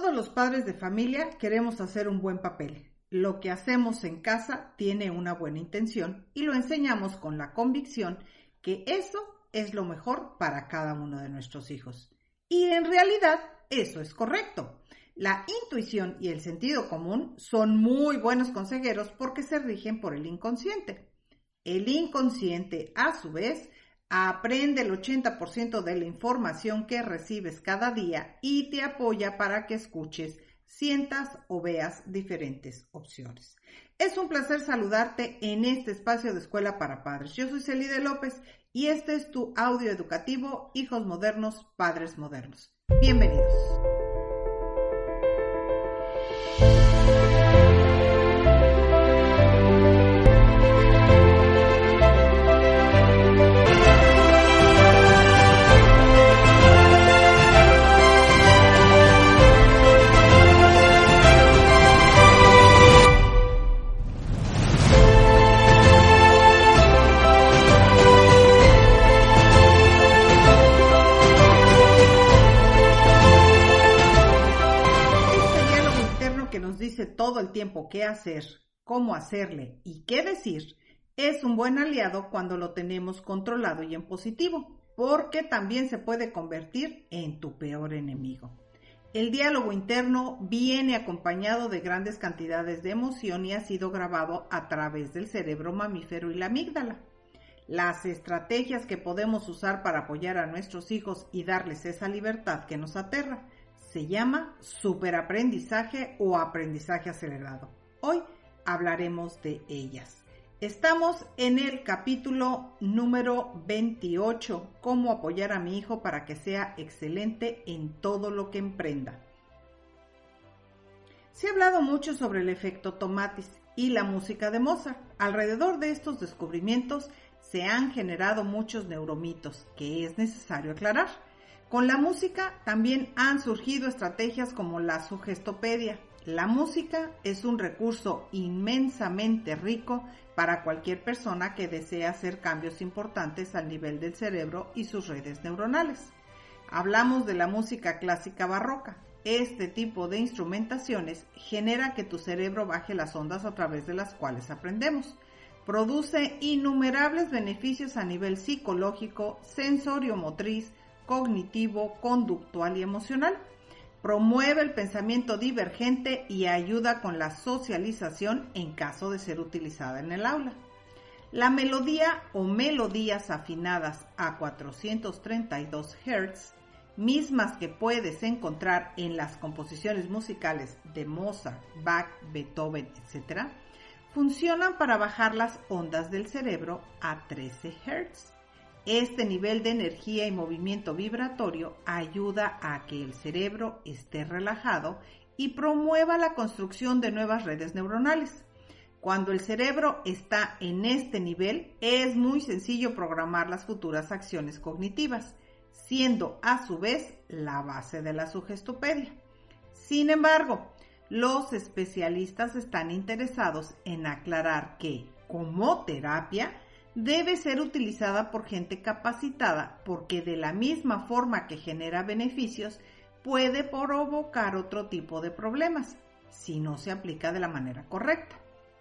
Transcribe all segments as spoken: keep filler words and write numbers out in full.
Todos los padres de familia queremos hacer un buen papel. Lo que hacemos en casa tiene una buena intención y lo enseñamos con la convicción que eso es lo mejor para cada uno de nuestros hijos. Y en realidad eso es correcto. La intuición y el sentido común son muy buenos consejeros porque se rigen por el inconsciente. El inconsciente, a su vez, aprende el ochenta por ciento de la información que recibes cada día y te apoya para que escuches, sientas o veas diferentes opciones. Es un placer saludarte en este espacio de Escuela para Padres. Yo soy Celide López y este es tu audio educativo Hijos Modernos, Padres Modernos. Bienvenidos. Dice todo el tiempo qué hacer, cómo hacerle y qué decir, es un buen aliado cuando lo tenemos controlado y en positivo, porque también se puede convertir en tu peor enemigo. El diálogo interno viene acompañado de grandes cantidades de emoción y ha sido grabado a través del cerebro mamífero y la amígdala. Las estrategias que podemos usar para apoyar a nuestros hijos y darles esa libertad que nos aterra se llama superaprendizaje o aprendizaje acelerado. Hoy hablaremos de ellas. Estamos en el capítulo número veintiocho, cómo apoyar a mi hijo para que sea excelente en todo lo que emprenda. Se ha hablado mucho sobre el efecto Tomatis y la música de Mozart. Alrededor de estos descubrimientos se han generado muchos neuromitos que es necesario aclarar. Con la música también han surgido estrategias como la sugestopedia. La música es un recurso inmensamente rico para cualquier persona que desea hacer cambios importantes al nivel del cerebro y sus redes neuronales. Hablamos de la música clásica barroca. Este tipo de instrumentaciones genera que tu cerebro baje las ondas a través de las cuales aprendemos. Produce innumerables beneficios a nivel psicológico, sensorio-motriz, cognitivo, conductual y emocional. Promueve el pensamiento divergente y ayuda con la socialización en caso de ser utilizada en el aula. La melodía o melodías afinadas a cuatrocientos treinta y dos hertz, mismas que puedes encontrar en las composiciones musicales de Mozart, Bach, Beethoven, etcétera, funcionan para bajar las ondas del cerebro a trece hertz. Este nivel de energía y movimiento vibratorio ayuda a que el cerebro esté relajado y promueva la construcción de nuevas redes neuronales. Cuando el cerebro está en este nivel, es muy sencillo programar las futuras acciones cognitivas, siendo a su vez la base de la sugestopedia. Sin embargo, los especialistas están interesados en aclarar que, como terapia, debe ser utilizada por gente capacitada porque de la misma forma que genera beneficios, puede provocar otro tipo de problemas si no se aplica de la manera correcta.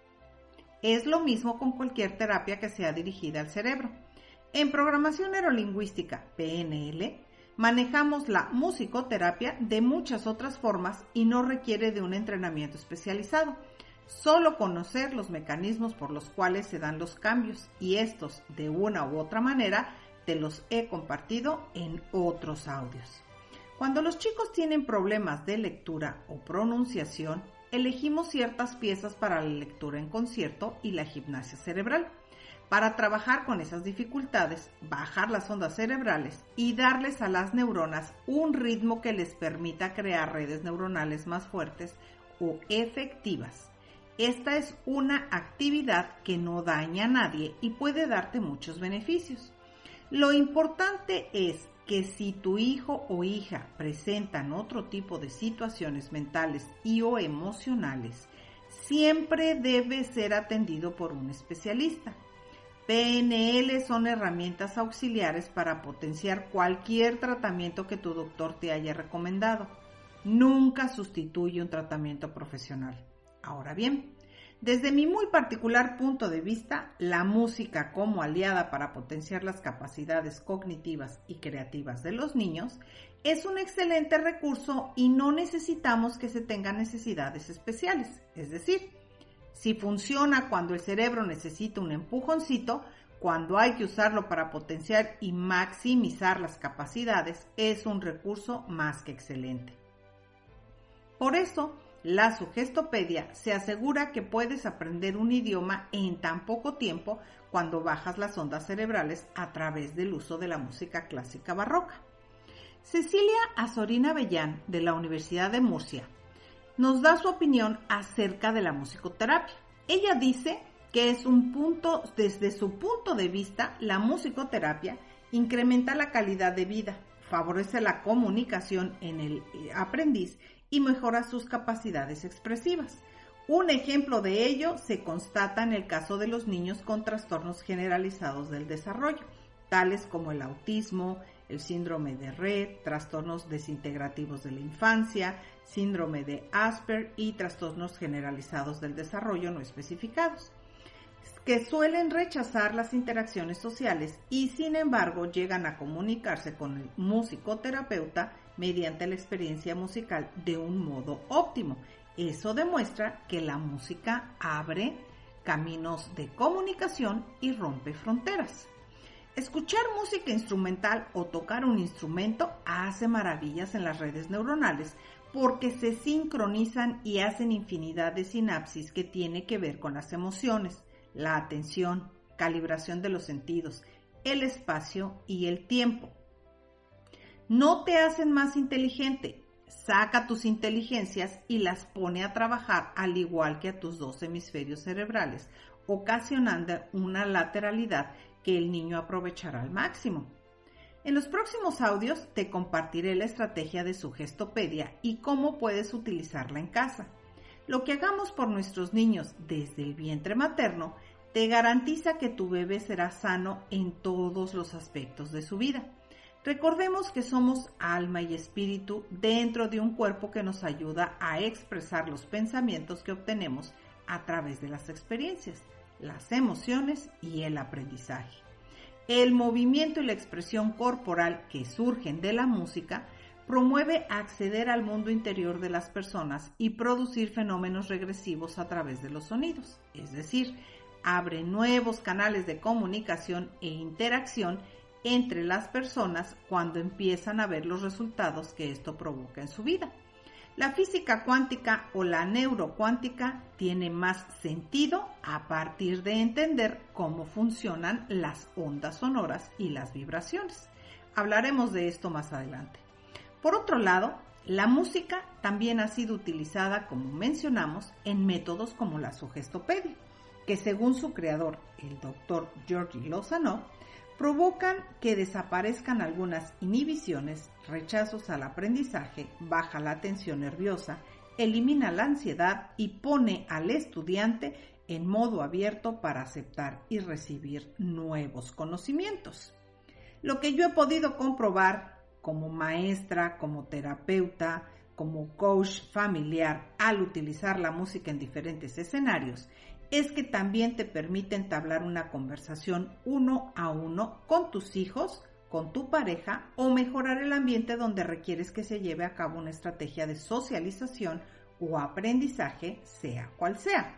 Es lo mismo con cualquier terapia que sea dirigida al cerebro. En programación neurolingüística, P N L, manejamos la musicoterapia de muchas otras formas y no requiere de un entrenamiento especializado. Solo conocer los mecanismos por los cuales se dan los cambios y estos, de una u otra manera, te los he compartido en otros audios. Cuando los chicos tienen problemas de lectura o pronunciación, elegimos ciertas piezas para la lectura en concierto y la gimnasia cerebral, para trabajar con esas dificultades, bajar las ondas cerebrales y darles a las neuronas un ritmo que les permita crear redes neuronales más fuertes o efectivas. Esta es una actividad que no daña a nadie y puede darte muchos beneficios. Lo importante es que si tu hijo o hija presentan otro tipo de situaciones mentales y o emocionales, siempre debe ser atendido por un especialista. P N L son herramientas auxiliares para potenciar cualquier tratamiento que tu doctor te haya recomendado. nunca sustituye un tratamiento profesional. Ahora bien, desde mi muy particular punto de vista, la música como aliada para potenciar las capacidades cognitivas y creativas de los niños es un excelente recurso y no necesitamos que se tengan necesidades especiales. Es decir, si funciona cuando el cerebro necesita un empujoncito, cuando hay que usarlo para potenciar y maximizar las capacidades, es un recurso más que excelente. Por eso, la Sugestopedia se asegura que puedes aprender un idioma en tan poco tiempo cuando bajas las ondas cerebrales a través del uso de la música clásica barroca. Cecilia Azorina Bellán, de la Universidad de Murcia, nos da su opinión acerca de la musicoterapia. Ella dice que es un punto, desde su punto de vista, la musicoterapia incrementa la calidad de vida, favorece la comunicación en el aprendiz y mejora sus capacidades expresivas. Un ejemplo de ello se constata en el caso de los niños con trastornos generalizados del desarrollo, tales como el autismo, el síndrome de Rett, trastornos desintegrativos de la infancia, síndrome de Asperger y trastornos generalizados del desarrollo no especificados, que suelen rechazar las interacciones sociales y sin embargo llegan a comunicarse con el musicoterapeuta mediante la experiencia musical de un modo óptimo. Eso demuestra que la música abre caminos de comunicación y rompe fronteras. Escuchar música instrumental o tocar un instrumento hace maravillas en las redes neuronales porque se sincronizan y hacen infinidad de sinapsis que tiene que ver con las emociones, la atención, calibración de los sentidos, el espacio y el tiempo. No te hacen más inteligente, saca tus inteligencias y las pone a trabajar al igual que a tus dos hemisferios cerebrales, ocasionando una lateralidad que el niño aprovechará al máximo. En los próximos audios te compartiré la estrategia de Sugestopedia y cómo puedes utilizarla en casa. Lo que hagamos por nuestros niños desde el vientre materno te garantiza que tu bebé será sano en todos los aspectos de su vida. Recordemos que somos alma y espíritu dentro de un cuerpo que nos ayuda a expresar los pensamientos que obtenemos a través de las experiencias, las emociones y el aprendizaje. El movimiento y la expresión corporal que surgen de la música promueve acceder al mundo interior de las personas y producir fenómenos regresivos a través de los sonidos, es decir, abre nuevos canales de comunicación e interacción entre las personas cuando empiezan a ver los resultados que esto provoca en su vida. La física cuántica o la neurocuántica tiene más sentido a partir de entender cómo funcionan las ondas sonoras y las vibraciones. Hablaremos de esto más adelante. Por otro lado, la música también ha sido utilizada, como mencionamos, en métodos como la Sugestopedia, que según su creador, el doctor Georgi Lozano, provocan que desaparezcan algunas inhibiciones, rechazos al aprendizaje, baja la tensión nerviosa, elimina la ansiedad y pone al estudiante en modo abierto para aceptar y recibir nuevos conocimientos. Lo que yo he podido comprobar como maestra, como terapeuta, como coach familiar al utilizar la música en diferentes escenarios es que también te permite entablar una conversación uno a uno con tus hijos, con tu pareja o mejorar el ambiente donde requieres que se lleve a cabo una estrategia de socialización o aprendizaje, sea cual sea.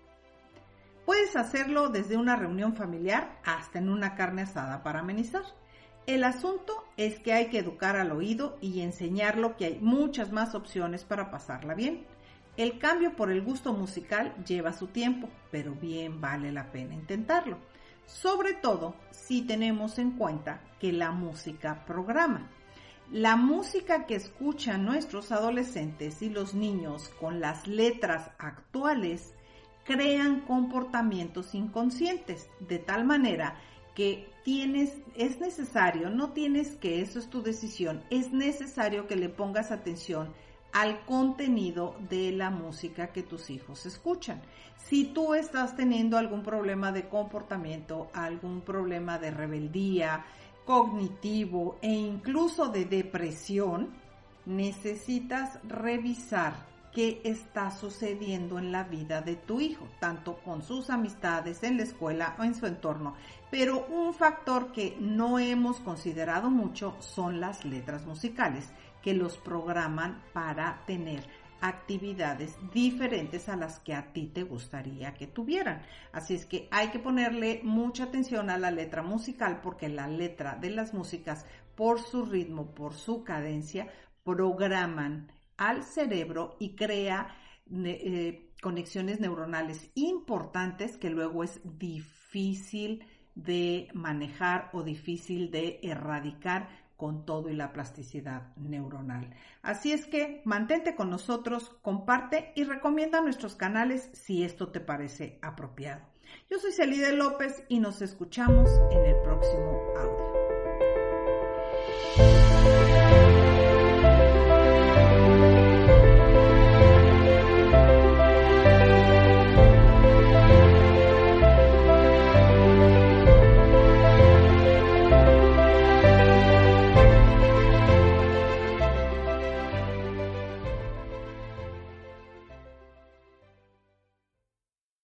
Puedes hacerlo desde una reunión familiar hasta en una carne asada para amenizar. El asunto es que hay que educar al oído y enseñarlo que hay muchas más opciones para pasarla bien. El cambio por el gusto musical lleva su tiempo, pero bien vale la pena intentarlo, sobre todo si tenemos en cuenta que la música programa. La música que escuchan nuestros adolescentes y los niños con las letras actuales crean comportamientos inconscientes, de tal manera que tienes, es necesario, no tienes que, eso es tu decisión, es necesario que le pongas atención al contenido de la música que tus hijos escuchan. Si tú estás teniendo algún problema de comportamiento, algún problema de rebeldía, cognitivo e incluso de depresión, necesitas revisar qué está sucediendo en la vida de tu hijo, tanto con sus amistades, en la escuela o en su entorno. Pero un factor que no hemos considerado mucho son las letras musicales, que los programan para tener actividades diferentes a las que a ti te gustaría que tuvieran. Así es que hay que ponerle mucha atención a la letra musical, porque la letra de las músicas, por su ritmo, por su cadencia, programan al cerebro y crea eh, conexiones neuronales importantes que luego es difícil de manejar o difícil de erradicar con todo y la plasticidad neuronal. Así es que mantente con nosotros, comparte y recomienda nuestros canales si esto te parece apropiado. Yo soy Celide López y nos escuchamos en el próximo audio.